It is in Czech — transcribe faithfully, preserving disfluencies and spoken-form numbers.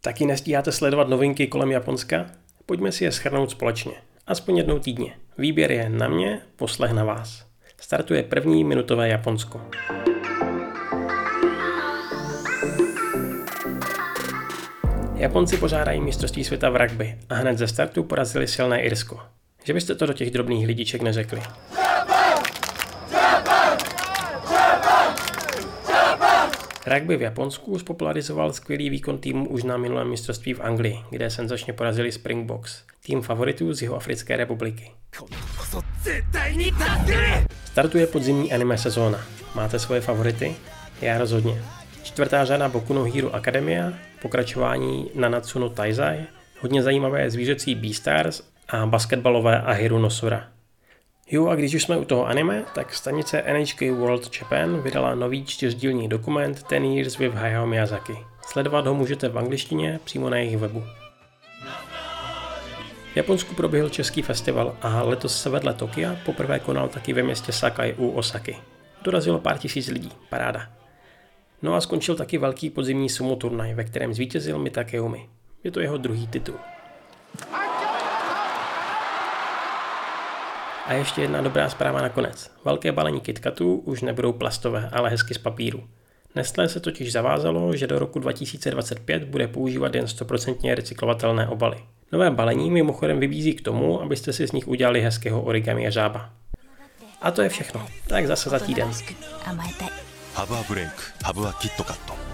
Taky nestíháte sledovat novinky kolem Japonska? Pojďme si je shrnout společně. Aspoň jednou týdně. Výběr je na mě, poslech na vás. Startuje první minutové Japonsko. Japonci pořádají mistrovství světa v rugby a hned ze startu porazili silné Irsko. Že byste to do těch drobných lidiček neřekli. Rugby v Japonsku spopularizoval skvělý výkon týmu už na minulém mistrovství v Anglii, kde senzačně porazili Springboks, tým favoritů z Jihoafrické republiky. Startuje podzimní anime sezóna. Máte svoje favority? Já rozhodně. Čtvrtá řada Boku no Hero Academia, pokračování Nanatsu no Taizai, hodně zajímavé zvířecí Beastars a basketbalové Ahiru no Sora. Jo, a když už jsme u toho anime, tak stanice N H K World Japan vydala nový čtyřdílný dokument Ten Years with Hayao Miyazaki. Sledovat ho můžete v angličtině přímo na jejich webu. V Japonsku proběhl český festival a letos se vedle Tokia poprvé konal taky ve městě Sakai u Osaky. Dorazilo pár tisíc lidí, paráda. No a skončil taky velký podzimní sumo turnaj, ve kterém zvítězil Mitakeumi. Je to jeho druhý titul. A ještě jedna dobrá zpráva nakonec. Velké balení KitKatů už nebudou plastové, ale hezky z papíru. Nestlé se totiž zavázalo, že do roku dva tisíce dvacet pět bude používat jen sto procent recyklovatelné obaly. Nové balení mimochodem vybízí k tomu, abyste si z nich udělali hezkého origami jeřába. A to je všechno. Tak zase za týden. ハブはブレイク、ハブはキットカット。